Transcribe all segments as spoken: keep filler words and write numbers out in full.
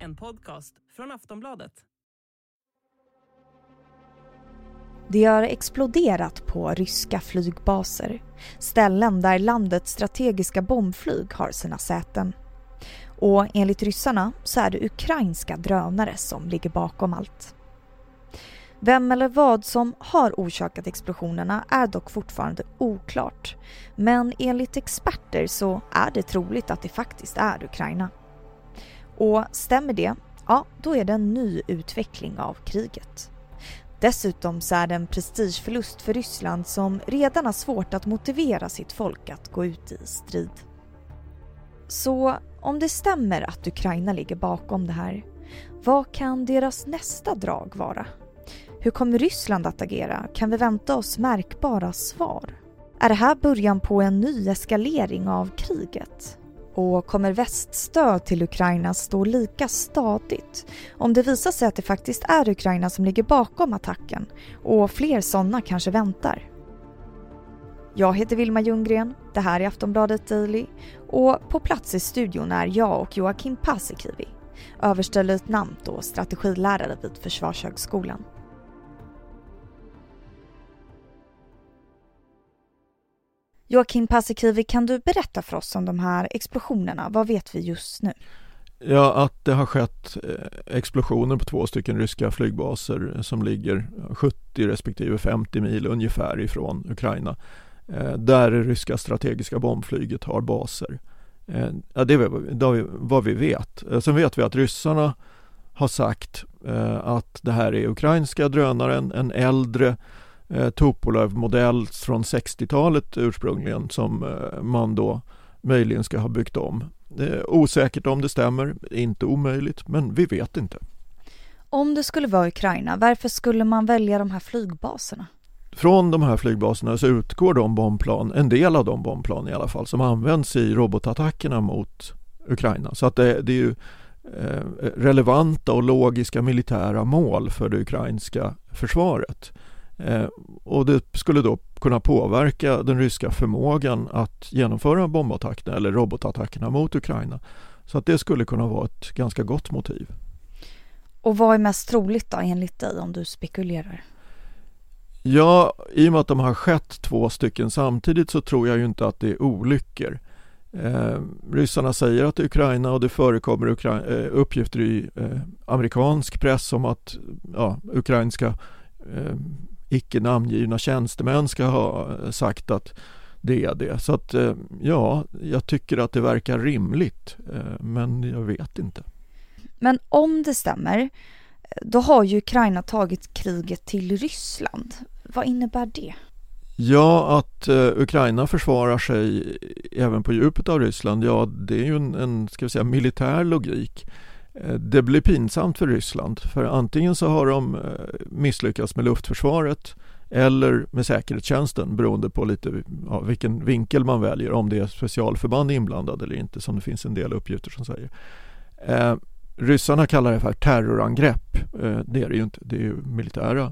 En podcast från Aftonbladet. Det har exploderat på ryska flygbaser, ställen där landets strategiska bombflyg har sina säten. Och enligt ryssarna så är det ukrainska drönare som ligger bakom allt. Vem eller vad som har orsakat explosionerna är dock fortfarande oklart. Men enligt experter så är det troligt att det faktiskt är Ukraina. Och stämmer det, ja då är det en ny utveckling av kriget. Dessutom så är det en prestigeförlust för Ryssland som redan har svårt att motivera sitt folk att gå ut i strid. Så om det stämmer att Ukraina ligger bakom det här, vad kan deras nästa drag vara? Hur kommer Ryssland att agera? Kan vi vänta oss märkbara svar? Är det här början på en ny eskalering av kriget? Och kommer väststöd till Ukraina stå lika stadigt om det visar sig att det faktiskt är Ukraina som ligger bakom attacken och fler sådana kanske väntar? Jag heter Vilma Ljunggren, det här är Aftonbladet Daily och på plats i studion är jag och Joakim Paasikivi, överstelöjtnant och strategilärare vid Försvarshögskolan. Joakim Paasikivi, kan du berätta för oss om de här explosionerna? Vad vet vi just nu? Ja, att det har skett explosioner på två stycken ryska flygbaser som ligger sjuttio respektive femtio mil ungefär ifrån Ukraina. Där det ryska strategiska bombflyget har baser. Ja, det är vad vi vet. Sen vet vi att ryssarna har sagt att det här är ukrainska drönare, en äldre Tupolev-modell från sextiotalet ursprungligen som man då möjligen ska ha byggt om. Det är osäkert om det stämmer, inte omöjligt, men vi vet inte. Om det skulle vara Ukraina, varför skulle man välja de här flygbaserna? Från de här flygbaserna så utgår de bombplan, en del av de bombplan i alla fall, som används i robotattackerna mot Ukraina. Så att det, det är ju eh, relevanta och logiska militära mål för det ukrainska försvaret. Eh, och det skulle då kunna påverka den ryska förmågan att genomföra bombattackerna eller robotattackerna mot Ukraina. Så att det skulle kunna vara ett ganska gott motiv. Och vad är mest troligt då enligt dig om du spekulerar? Ja, i och med att de har skett två stycken samtidigt så tror jag ju inte att det är olyckor. Eh, ryssarna säger att det är Ukraina och det förekommer Ukra- eh, uppgifter i eh, amerikansk press om att ja, ukrainska eh, icke namngivna tjänstemän ska ha sagt att det är det. Så att eh, ja, jag tycker att det verkar rimligt, eh, men jag vet inte. Men om det stämmer, då har ju Ukraina tagit kriget till Ryssland. Vad innebär det? Ja, att eh, Ukraina försvarar sig även på djupet av Ryssland, ja det är ju en, en ska vi säga, militär logik. Eh, det blir pinsamt för Ryssland, för antingen så har de eh, misslyckats med luftförsvaret eller med säkerhetstjänsten, beroende på lite ja, vilken vinkel man väljer, om det är specialförband inblandade eller inte, som det finns en del uppgifter som säger. Eh, Ryssarna kallar det för terrorangrepp. Eh, det är det ju inte. Det är ju militära,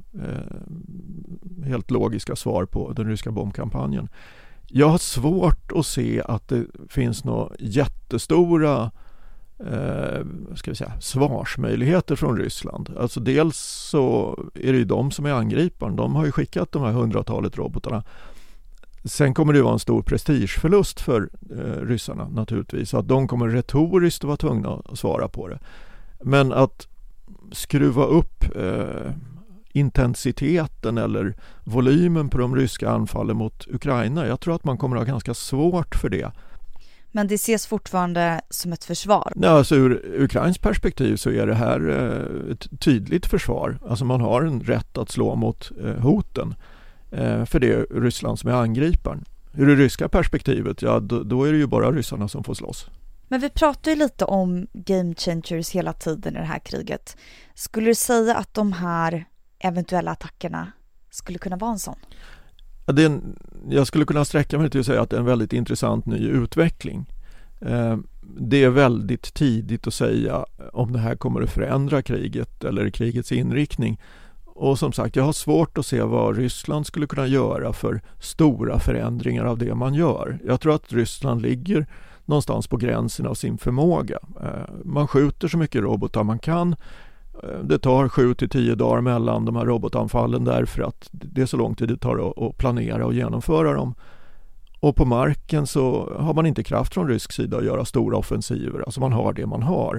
eh, helt logiska svar på den ryska bombkampanjen. Jag har svårt att se att det finns några jättestora eh, ska vi säga, svarsmöjligheter från Ryssland. Alltså dels så är det ju de som är angriparen. De har ju skickat de här hundratalet robotarna. Sen kommer det vara en stor prestigeförlust för eh, ryssarna naturligtvis. Så att de kommer retoriskt att vara tvungna att svara på det. Men att skruva upp eh, intensiteten eller volymen på de ryska anfallen mot Ukraina, jag tror att man kommer att ha ganska svårt för det. Men det ses fortfarande som ett försvar? Ja, alltså ur Ukrains perspektiv så är det här eh, ett tydligt försvar. Alltså man har en rätt att slå mot eh, hoten. För det är Ryssland som är angriparen. Ur det ryska perspektivet, ja då, då är det ju bara ryssarna som får slåss. Men vi pratar ju lite om game changers hela tiden i det här kriget. Skulle du säga att de här eventuella attackerna skulle kunna vara en sån? Ja, det är en, jag skulle kunna sträcka mig till att säga att det är en väldigt intressant ny utveckling. Eh, det är väldigt tidigt att säga om det här kommer att förändra kriget eller krigets inriktning. Och som sagt, jag har svårt att se vad Ryssland skulle kunna göra för stora förändringar av det man gör. Jag tror att Ryssland ligger någonstans på gränsen av sin förmåga. Man skjuter så mycket robotar man kan. Det tar sju till tio dagar mellan de här robotanfallen därför att det är så lång tid det tar att planera och genomföra dem. Och på marken så har man inte kraft från rysk sida att göra stora offensiver. Alltså man har det man har.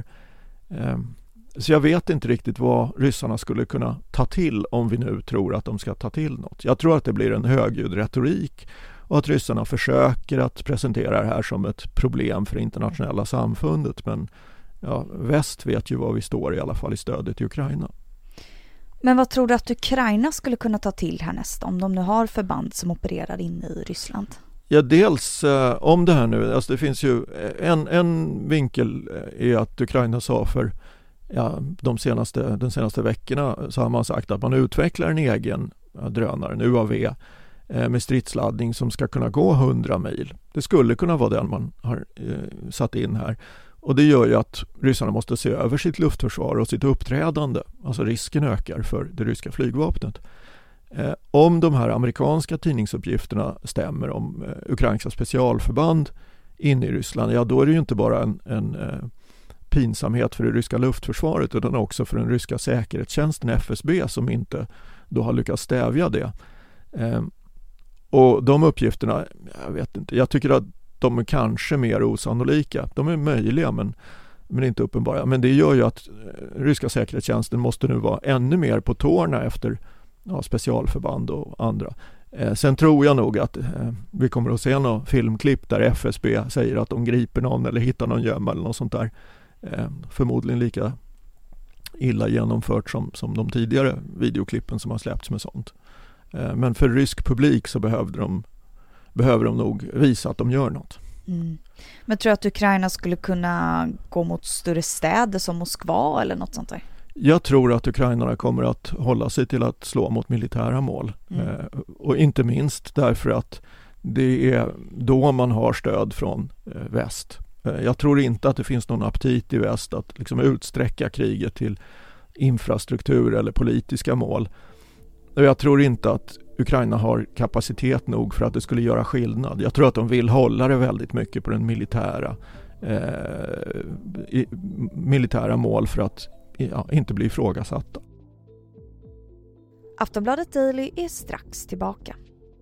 Så jag vet inte riktigt vad ryssarna skulle kunna ta till om vi nu tror att de ska ta till något. Jag tror att det blir en högljudd retorik och att ryssarna försöker att presentera det här som ett problem för det internationella samfundet. Men ja, väst vet ju var vi står i alla fall i stödet till Ukraina. Men vad tror du att Ukraina skulle kunna ta till härnäst om de nu har förband som opererar inne i Ryssland? Ja, dels eh, om det här nu, alltså det finns ju en, en vinkel är att Ukraina sa för ja, de senaste, den senaste veckorna så har man sagt att man utvecklar en egen ja, drönare, en U A V eh, med stridsladdning som ska kunna gå hundra mil. Det skulle kunna vara den man har eh, satt in här. Och det gör ju att ryssarna måste se över sitt luftförsvar och sitt uppträdande. Alltså risken ökar för det ryska flygvapnet. Eh, om de här amerikanska tidningsuppgifterna stämmer om eh, ukrainska specialförband in i Ryssland, ja då är det ju inte bara en, en eh, pinsamhet för det ryska luftförsvaret utan också för den ryska säkerhetstjänsten F S B som inte då har lyckats stävja det. Eh, och de uppgifterna, jag vet inte, jag tycker att de är kanske mer osannolika. De är möjliga men, men inte uppenbara. Men det gör ju att ryska säkerhetstjänsten måste nu vara ännu mer på tårna efter ja, specialförband och andra. Eh, sen tror jag nog att eh, vi kommer att se några filmklipp där F S B säger att de griper någon eller hittar någon gömma eller något sånt där. Eh, förmodligen lika illa genomfört som, som de tidigare videoklippen som har släppts med sånt. Eh, men för rysk publik så behövde de behöver de nog visa att de gör något. Mm. Men tror du att Ukraina skulle kunna gå mot större städer som Moskva eller något sånt där? Jag tror att ukrainarna kommer att hålla sig till att slå mot militära mål. Mm. Eh, och inte minst därför att det är då man har stöd från eh, väst. Eh, jag tror inte att det finns någon aptit i väst att liksom utsträcka kriget till infrastruktur eller politiska mål. Och jag tror inte att Ukraina har kapacitet nog för att det skulle göra skillnad. Jag tror att de vill hålla det väldigt mycket på den militära eh, i, militära mål för att ja, inte bli ifrågasatta. Aftonbladet Daily är strax tillbaka.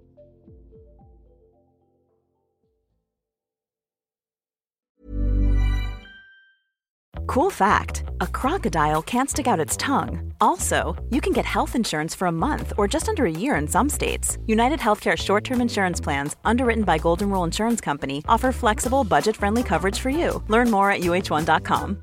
Cool fact, a crocodile can't stick out its tongue. Also, you can get health insurance for a month or just under a year in some states. United Healthcare short-term insurance plans, underwritten by Golden Rule Insurance Company, offer flexible, budget-friendly coverage for you. Learn more at U H one dot com.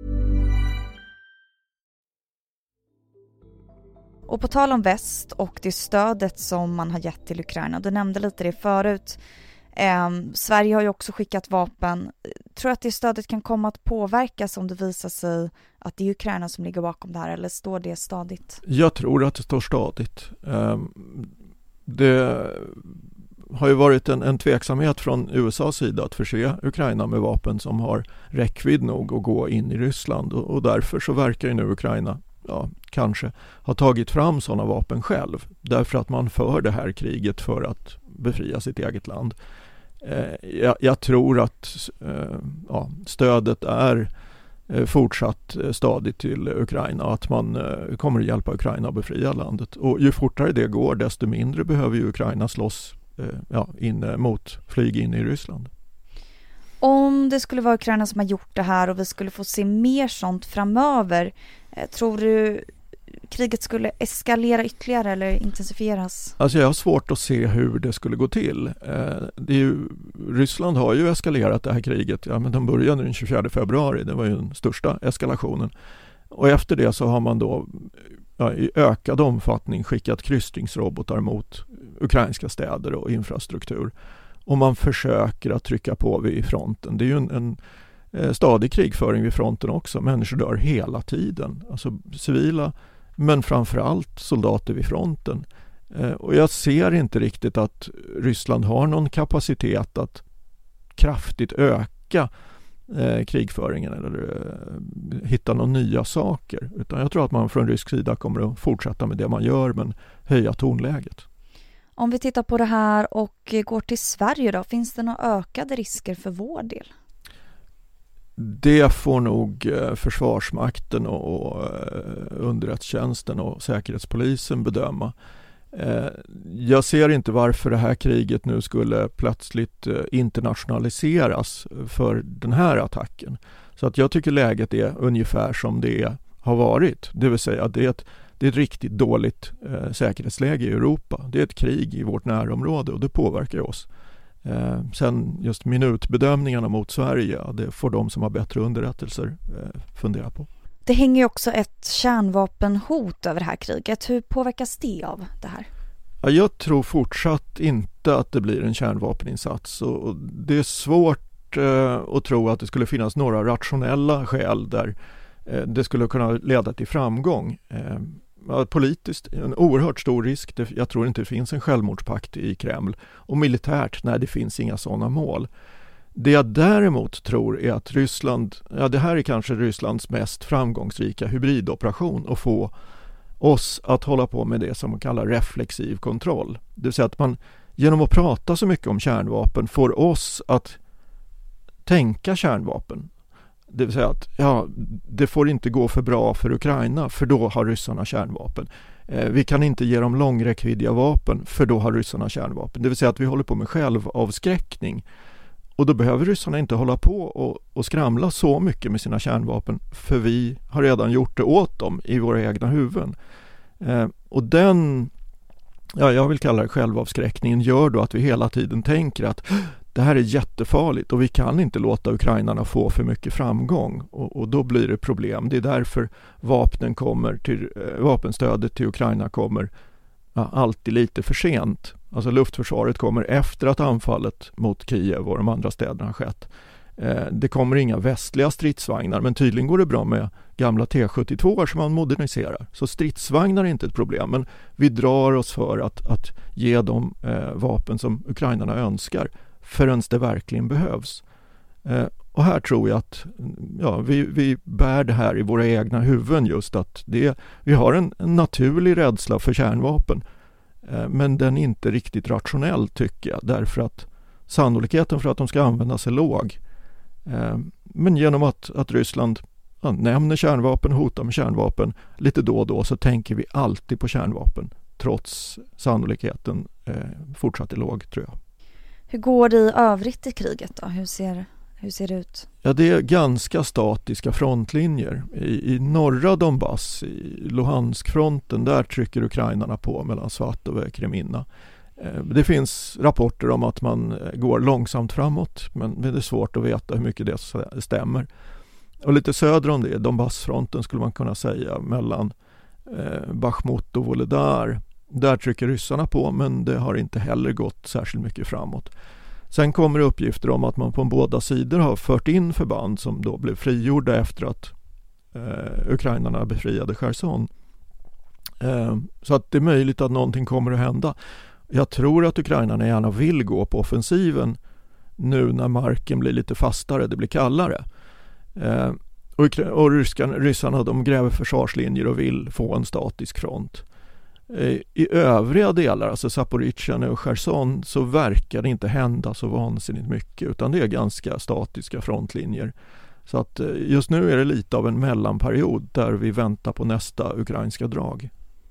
Och på tal om väst och det stödet som man har gett till Ukraina, du nämnde lite det förut. Eh, Sverige har ju också skickat vapen. Tror du att det stödet kan komma att påverkas om det visar sig att det är Ukraina som ligger bakom det här, eller står det stadigt? Jag tror att det står stadigt. Eh, det har ju varit en, en tveksamhet från U S A:s sida att förse Ukraina med vapen som har räckvidd nog att gå in i Ryssland och, och därför så verkar ju nu Ukraina ja, kanske ha tagit fram sådana vapen själv därför att man för det här kriget för att befria sitt eget land. Eh, jag, jag tror att eh, ja, stödet är eh, fortsatt stadigt till Ukraina och att man eh, kommer att hjälpa Ukraina att befria landet. Och ju fortare det går desto mindre behöver ju Ukraina slåss eh, ja, in, mot flyg in i Ryssland. Om det skulle vara Ukraina som har gjort det här och vi skulle få se mer sånt framöver, eh, tror du kriget skulle eskalera ytterligare eller intensifieras? Alltså jag har svårt att se hur det skulle gå till. Eh, det är ju, Ryssland har ju eskalerat det här kriget. Ja, men de började den tjugofjärde februari. Det var ju den största eskalationen. Och efter det så har man då ja, i ökad omfattning skickat kryssningsrobotar mot ukrainska städer och infrastruktur. Och man försöker att trycka på vid fronten. Det är ju en, en eh, stadig krigföring vid fronten också. Människor dör hela tiden. Alltså civila, men framförallt soldater vid fronten. Eh, och jag ser inte riktigt att Ryssland har någon kapacitet att kraftigt öka eh, krigföringen eller eh, hitta några nya saker. Utan jag tror att man från rysk sida kommer att fortsätta med det man gör men höja tonläget. Om vi tittar på det här och går till Sverige då, finns det några ökade risker för vår del? Det får nog Försvarsmakten och underrättelsetjänsten och Säkerhetspolisen bedöma. Jag ser inte varför det här kriget nu skulle plötsligt internationaliseras för den här attacken. Så att jag tycker läget är ungefär som det har varit. Det vill säga att det är ett, det är ett riktigt dåligt eh, säkerhetsläge i Europa. Det är ett krig i vårt närområde och det påverkar oss. Eh, sen just minutbedömningarna mot Sverige, det får de som har bättre underrättelser eh, fundera på. Det hänger ju också ett kärnvapenhot över det här kriget. Hur påverkas det av det här? Ja, jag tror fortsatt inte att det blir en kärnvapeninsats. Och det är svårt eh, att tro att det skulle finnas några rationella skäl där eh, det skulle kunna leda till framgång. Eh, politiskt en oerhört stor risk. Det, jag tror inte det finns en självmordspakt i Kreml. Och militärt, nej, det finns inga sådana mål. Det jag däremot tror är att Ryssland, ja det här är kanske Rysslands mest framgångsrika hybridoperation, att få oss att hålla på med det som man kallar reflexiv kontroll. Det vill säga att man genom att prata så mycket om kärnvapen får oss att tänka kärnvapen. Det vill säga att ja, det får inte gå för bra för Ukraina för då har ryssarna kärnvapen. Eh, vi kan inte ge dem långräckviddiga vapen för då har ryssarna kärnvapen. Det vill säga att vi håller på med självavskräckning. Och då behöver ryssarna inte hålla på och, och skramla så mycket med sina kärnvapen för vi har redan gjort det åt dem i våra egna huvuden. Eh, och den, ja, jag vill kalla det självavskräckningen, gör då att vi hela tiden tänker att det här är jättefarligt och vi kan inte låta ukrainarna få för mycket framgång och, och då blir det problem. Det är därför vapnen kommer till, eh, vapenstödet till Ukraina kommer ja, alltid lite för sent. Alltså luftförsvaret kommer efter att anfallet mot Kiev och de andra städerna har skett. Eh, det kommer inga västliga stridsvagnar men tydligen går det bra med gamla T sjuttiotvå som man moderniserar. Så stridsvagnar är inte ett problem men vi drar oss för att, att ge dem eh, vapen som ukrainarna önskar förrän det verkligen behövs. Eh, och här tror jag att ja, vi, vi bär det här i våra egna huvuden just att det, vi har en, en naturlig rädsla för kärnvapen. Men den är inte riktigt rationell tycker jag därför att sannolikheten för att de ska användas är låg. Men genom att, att Ryssland ja, nämner kärnvapen, hotar med kärnvapen lite då och då så tänker vi alltid på kärnvapen trots sannolikheten eh, fortsatt är låg tror jag. Hur går det i övrigt i kriget då? Hur ser, hur ser det ut? Ja, det är ganska statiska frontlinjer. I, i norra Donbass, i Luhanskfronten, där trycker ukrainarna på mellan Svatov och Kremina. Eh, det finns rapporter om att man går långsamt framåt, men det är svårt att veta hur mycket det stämmer. Och lite söder om det, Donbassfronten skulle man kunna säga, mellan eh, Bachmut och Vuhledar. Där trycker ryssarna på, men det har inte heller gått särskilt mycket framåt. Sen kommer det uppgifter om att man på båda sidor har fört in förband som då blev frigjorda efter att eh, ukrainarna befriade Cherson. Eh, så att det är möjligt att någonting kommer att hända. Jag tror att ukrainarna gärna vill gå på offensiven nu när marken blir lite fastare, det blir kallare. Eh, och och ryskan, ryssarna de gräver försvarslinjer och vill få en statisk front. I övriga delar, alltså Zaporizjzja och Cherson, så verkar det inte hända så vansinnigt mycket utan det är ganska statiska frontlinjer. Så att just nu är det lite av en mellanperiod där vi väntar på nästa ukrainska drag.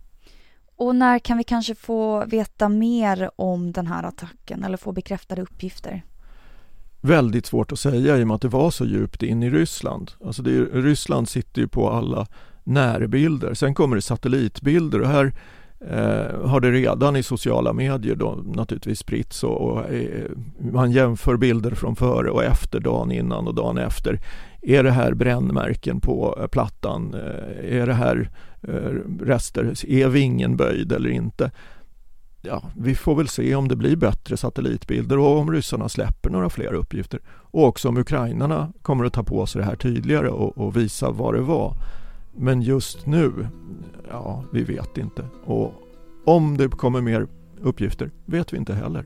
Och när kan vi kanske få veta mer om den här attacken eller få bekräftade uppgifter? Väldigt svårt att säga i och med att det var så djupt in i Ryssland. Alltså det är, Ryssland sitter ju på alla närbilder. Sen kommer det satellitbilder och här Eh, har det redan i sociala medier då naturligtvis spritts och, och eh, man jämför bilder från före och efter, dagen innan och dagen efter. Är det här brännmärken på eh, plattan? Eh, är det här eh, rester? Är vingen böjd eller inte? Ja, vi får väl se om det blir bättre satellitbilder och om ryssarna släpper några fler uppgifter. Och också om ukrainarna kommer att ta på sig det här tydligare och, och visa vad det var. Men just nu, ja, vi vet inte. Och om det kommer mer uppgifter vet vi inte heller.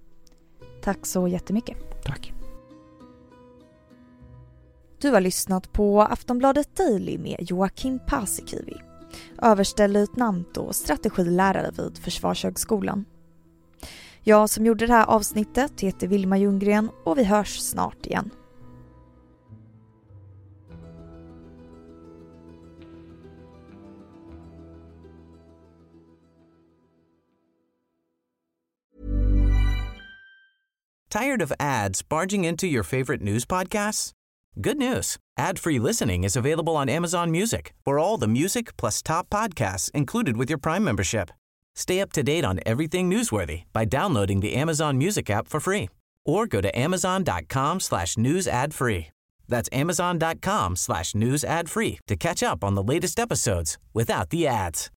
Tack så jättemycket. Tack. Du har lyssnat på Aftonbladet Daily med Joakim Paasikivi, överstelöjtnant och strategilärare vid Försvarshögskolan. Jag som gjorde det här avsnittet heter Vilma Ljunggren och vi hörs snart igen. Tired of ads barging into your favorite news podcasts? Good news. Ad-free listening is available on Amazon Music for all the music plus top podcasts included with your Prime membership. Stay up to date on everything newsworthy by downloading the Amazon Music app for free or go to amazon.com slash news ad free. That's amazon.com slash news ad free to catch up on the latest episodes without the ads.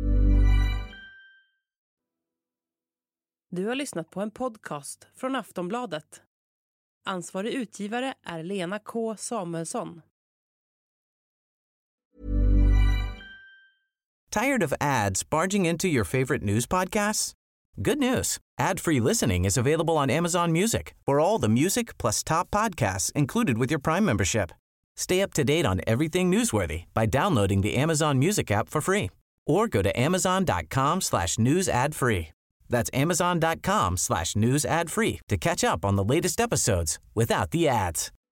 Du har lyssnat på en podcast från Aftonbladet. Ansvarig utgivare är Lena K. Samuelsson. Tired of ads barging into your favorite news podcasts? Good news. Ad-free listening is available on Amazon Music for all the music plus top podcasts included with your Prime membership. Stay up to date on everything newsworthy by downloading the Amazon Music app for free or go to amazon.com slash news ad free. That's amazon.com slash news ad free to catch up on the latest episodes without the ads.